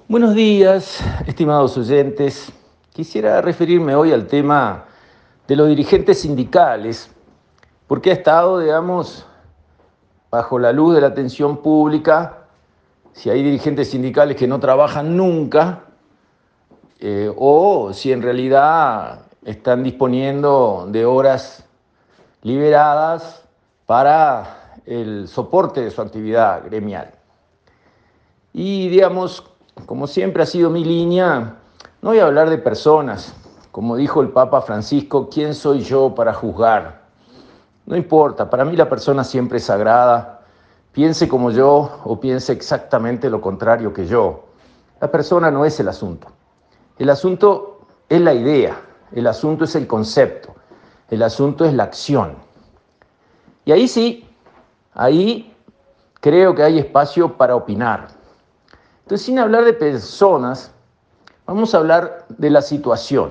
Buenos días, estimados oyentes. Quisiera referirme hoy al tema de los dirigentes sindicales, porque ha estado, digamos, bajo la luz de la atención pública. Si hay dirigentes sindicales que no trabajan nunca, o si en realidad están disponiendo de horas liberadas para el soporte de su actividad gremial. Y digamos, como siempre ha sido mi línea, no voy a hablar de personas. Como dijo el Papa Francisco, ¿quién soy yo para juzgar? No importa, para mí la persona siempre es sagrada, piense como yo o piense exactamente lo contrario que yo. La persona no es el asunto. El asunto es la idea, el asunto es el concepto, el asunto es la acción. Y ahí sí, ahí creo que hay espacio para opinar. Entonces, sin hablar de personas, vamos a hablar de la situación.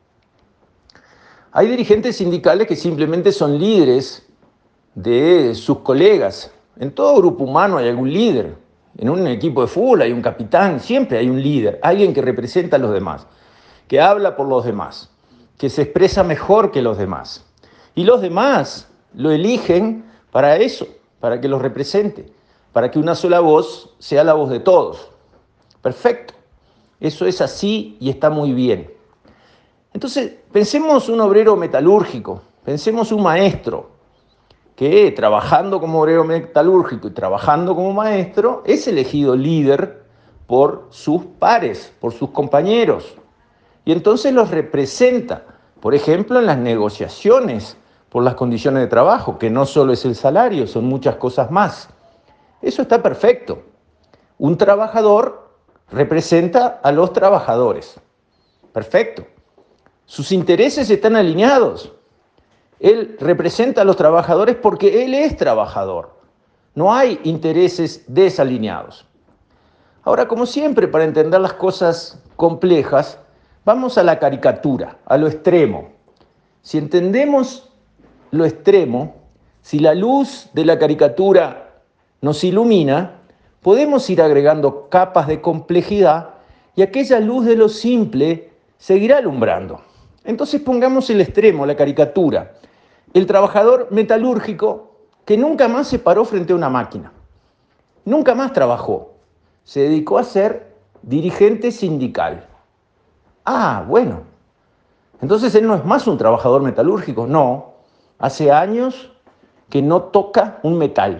Hay dirigentes sindicales que simplemente son líderes de sus colegas. En todo grupo humano hay algún líder. En un equipo de fútbol hay un capitán, siempre hay un líder, alguien que representa a los demás, que habla por los demás, que se expresa mejor que los demás. Y los demás lo eligen para eso, para que los represente, para que una sola voz sea la voz de todos. Perfecto. Eso es así y está muy bien. Entonces, pensemos un obrero metalúrgico, pensemos un maestro que trabajando como obrero metalúrgico y trabajando como maestro es elegido líder por sus pares, por sus compañeros. Y entonces los representa, por ejemplo, en las negociaciones por las condiciones de trabajo, que no solo es el salario, son muchas cosas más. Eso está perfecto. Un trabajador representa a los trabajadores. Perfecto. Sus intereses están alineados. Él representa a los trabajadores porque él es trabajador. No hay intereses desalineados. Ahora, como siempre, para entender las cosas complejas, vamos a la caricatura, a lo extremo. Si entendemos lo extremo, si la luz de la caricatura nos ilumina, podemos ir agregando capas de complejidad y aquella luz de lo simple seguirá alumbrando. Entonces pongamos el extremo, la caricatura. El trabajador metalúrgico que nunca más se paró frente a una máquina, nunca más trabajó, se dedicó a ser dirigente sindical. Ah, bueno, entonces él no es más un trabajador metalúrgico, no, hace años que no toca un metal.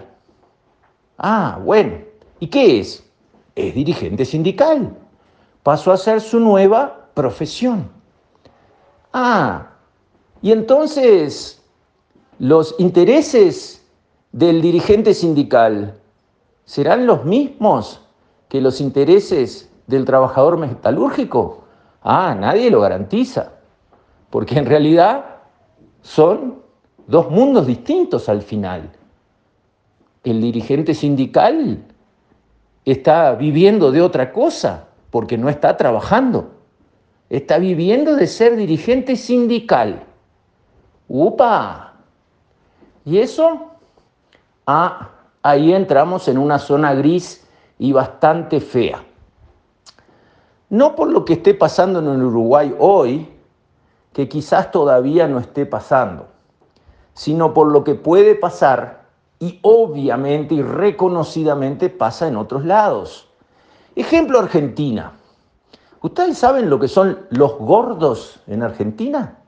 Ah, bueno. ¿Y qué es? Es dirigente sindical. Pasó a ser su nueva profesión. Ah, y entonces los intereses del dirigente sindical serán los mismos que los intereses del trabajador metalúrgico. Ah, nadie lo garantiza, porque en realidad son dos mundos distintos al final. El dirigente sindical está viviendo de otra cosa porque no está trabajando. Está viviendo de ser dirigente sindical. ¡Upa! ¿Y eso? Ah, ahí entramos en una zona gris y bastante fea. No por lo que esté pasando en el Uruguay hoy, que quizás todavía no esté pasando, sino por lo que puede pasar y obviamente y reconocidamente pasa en otros lados. Ejemplo, Argentina. ¿Ustedes saben lo que son los gordos en Argentina?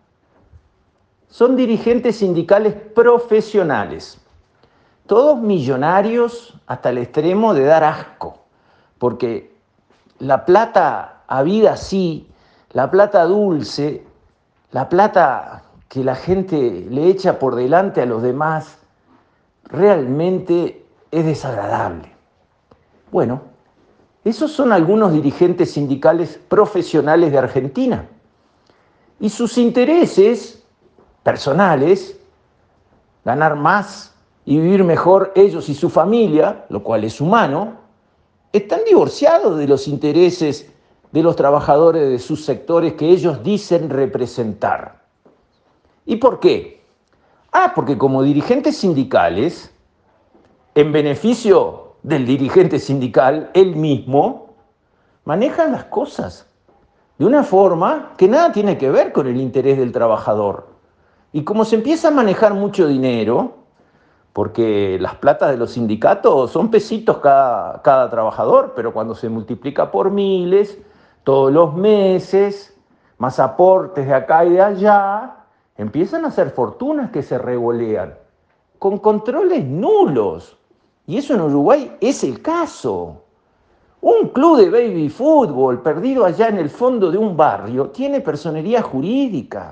Son dirigentes sindicales profesionales, todos millonarios hasta el extremo de dar asco, porque la plata habida así, la plata dulce, la plata que la gente le echa por delante a los demás, realmente es desagradable. Bueno, esos son algunos dirigentes sindicales profesionales de Argentina. Y sus intereses personales, ganar más y vivir mejor ellos y su familia, lo cual es humano, están divorciados de los intereses de los trabajadores de sus sectores que ellos dicen representar. ¿Y por qué? Ah, porque como dirigentes sindicales, en beneficio del dirigente sindical, él mismo, manejan las cosas de una forma que nada tiene que ver con el interés del trabajador. Y como se empieza a manejar mucho dinero, porque las platas de los sindicatos son pesitos cada trabajador, pero cuando se multiplica por miles, todos los meses, más aportes de acá y de allá, empiezan a hacer fortunas que se revolean, con controles nulos. Y eso en Uruguay es el caso. Un club de baby fútbol perdido allá en el fondo de un barrio tiene personería jurídica,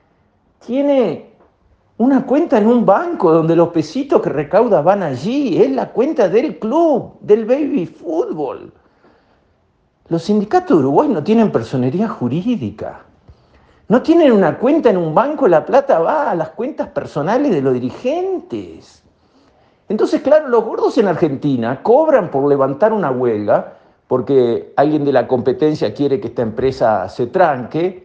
tiene una cuenta en un banco donde los pesitos que recauda van allí, es la cuenta del club, del baby fútbol. Los sindicatos de Uruguay no tienen personería jurídica, no tienen una cuenta en un banco, la plata va a las cuentas personales de los dirigentes. Entonces, claro, los gordos en Argentina cobran por levantar una huelga porque alguien de la competencia quiere que esta empresa se tranque,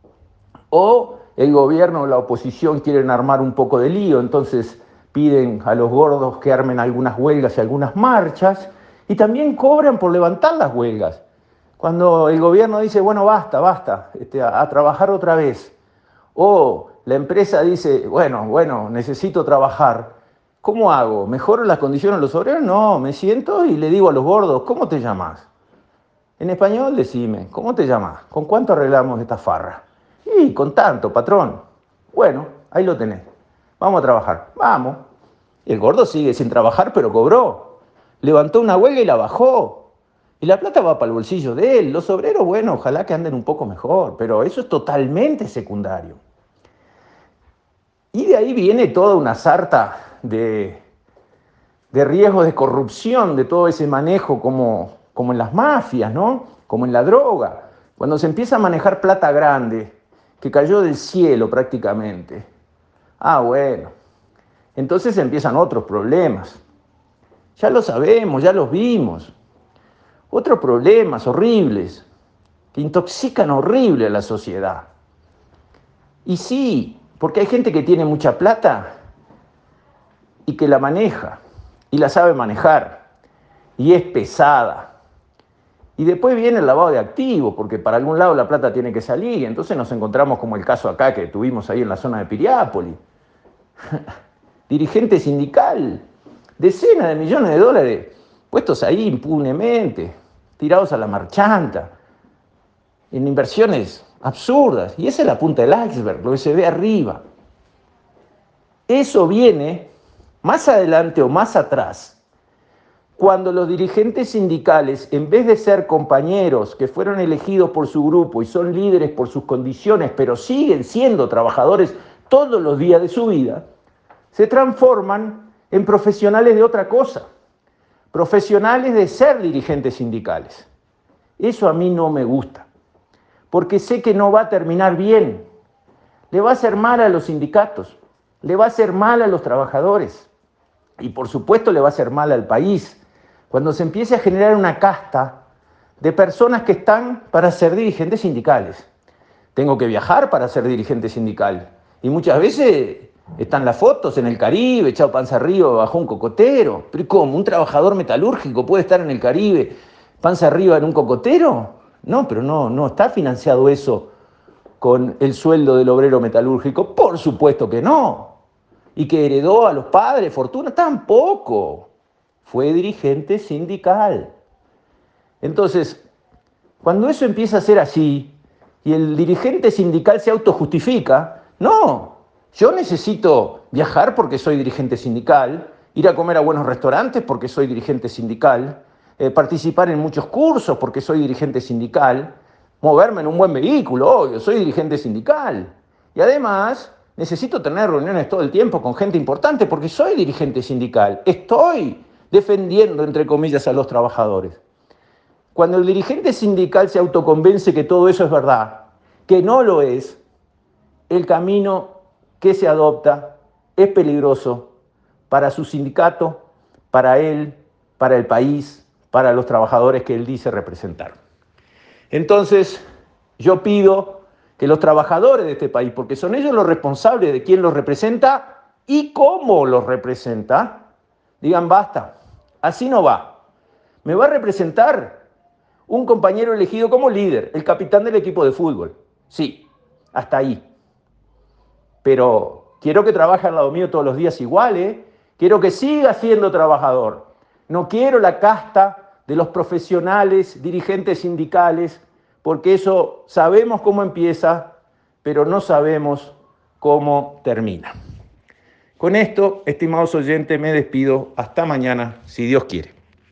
o el gobierno o la oposición quieren armar un poco de lío, entonces piden a los gordos que armen algunas huelgas y algunas marchas, y también cobran por levantar las huelgas. Cuando el gobierno dice, bueno, basta, a trabajar otra vez, o la empresa dice, bueno, necesito trabajar, ¿cómo hago? ¿Mejoro las condiciones de los obreros? No, me siento y le digo a los gordos, ¿cómo te llamas? En español decime, ¿cómo te llamas? ¿Con cuánto arreglamos esta farra? Y con tanto, patrón. Bueno, ahí lo tenés. Vamos a trabajar. Vamos. Y el gordo sigue sin trabajar, pero cobró. Levantó una huelga y la bajó. Y la plata va para el bolsillo de él. Los obreros, bueno, ojalá que anden un poco mejor, pero eso es totalmente secundario. Y de ahí viene toda una sarta de riesgos de corrupción, de todo ese manejo como en las mafias, ¿no? Como en la droga. Cuando se empieza a manejar plata grande, que cayó del cielo prácticamente. Bueno, entonces empiezan otros problemas. Ya lo sabemos, ya los vimos. Otros problemas horribles, que intoxican horrible a la sociedad. Y sí, porque hay gente que tiene mucha plata y que la maneja, y la sabe manejar, y es pesada. Y después viene el lavado de activos, porque para algún lado la plata tiene que salir, y entonces nos encontramos como el caso acá que tuvimos ahí en la zona de Piriápolis. Dirigente sindical, decenas de millones de dólares puestos ahí impunemente, tirados a la marchanta, en inversiones absurdas. Y esa es la punta del iceberg, lo que se ve arriba. Eso viene más adelante o más atrás, cuando los dirigentes sindicales, en vez de ser compañeros que fueron elegidos por su grupo y son líderes por sus condiciones, pero siguen siendo trabajadores todos los días de su vida, se transforman en profesionales de otra cosa, profesionales de ser dirigentes sindicales. Eso a mí no me gusta, porque sé que no va a terminar bien. Le va a hacer mal a los sindicatos, le va a hacer mal a los trabajadores y por supuesto le va a hacer mal al país cuando se empiece a generar una casta de personas que están para ser dirigentes sindicales. Tengo que viajar para ser dirigente sindical y muchas veces están las fotos en el Caribe, echado panza arriba bajo un cocotero. ¿Pero cómo? ¿Un trabajador metalúrgico puede estar en el Caribe panza arriba en un cocotero? No, pero no está financiado eso con el sueldo del obrero metalúrgico. Por supuesto que no. Y que heredó a los padres fortuna, tampoco. Fue dirigente sindical. Entonces, cuando eso empieza a ser así y el dirigente sindical se autojustifica, no, yo necesito viajar porque soy dirigente sindical, ir a comer a buenos restaurantes porque soy dirigente sindical, participar en muchos cursos porque soy dirigente sindical, moverme en un buen vehículo, obvio, soy dirigente sindical. Y además necesito tener reuniones todo el tiempo con gente importante porque soy dirigente sindical. Estoy defendiendo, entre comillas, a los trabajadores. Cuando el dirigente sindical se autoconvence que todo eso es verdad, que no lo es, el camino que se adopta es peligroso para su sindicato, para él, para el país, para los trabajadores que él dice representar. Entonces, yo pido que los trabajadores de este país, porque son ellos los responsables de quién los representa y cómo los representa, digan basta, así no va. Me va a representar un compañero elegido como líder, el capitán del equipo de fútbol. Sí, hasta ahí. Pero quiero que trabaje al lado mío todos los días igual, ¿eh? Quiero que siga siendo trabajador. No quiero la casta de los profesionales, dirigentes sindicales, porque eso sabemos cómo empieza, pero no sabemos cómo termina. Con esto, estimados oyentes, me despido. Hasta mañana, si Dios quiere.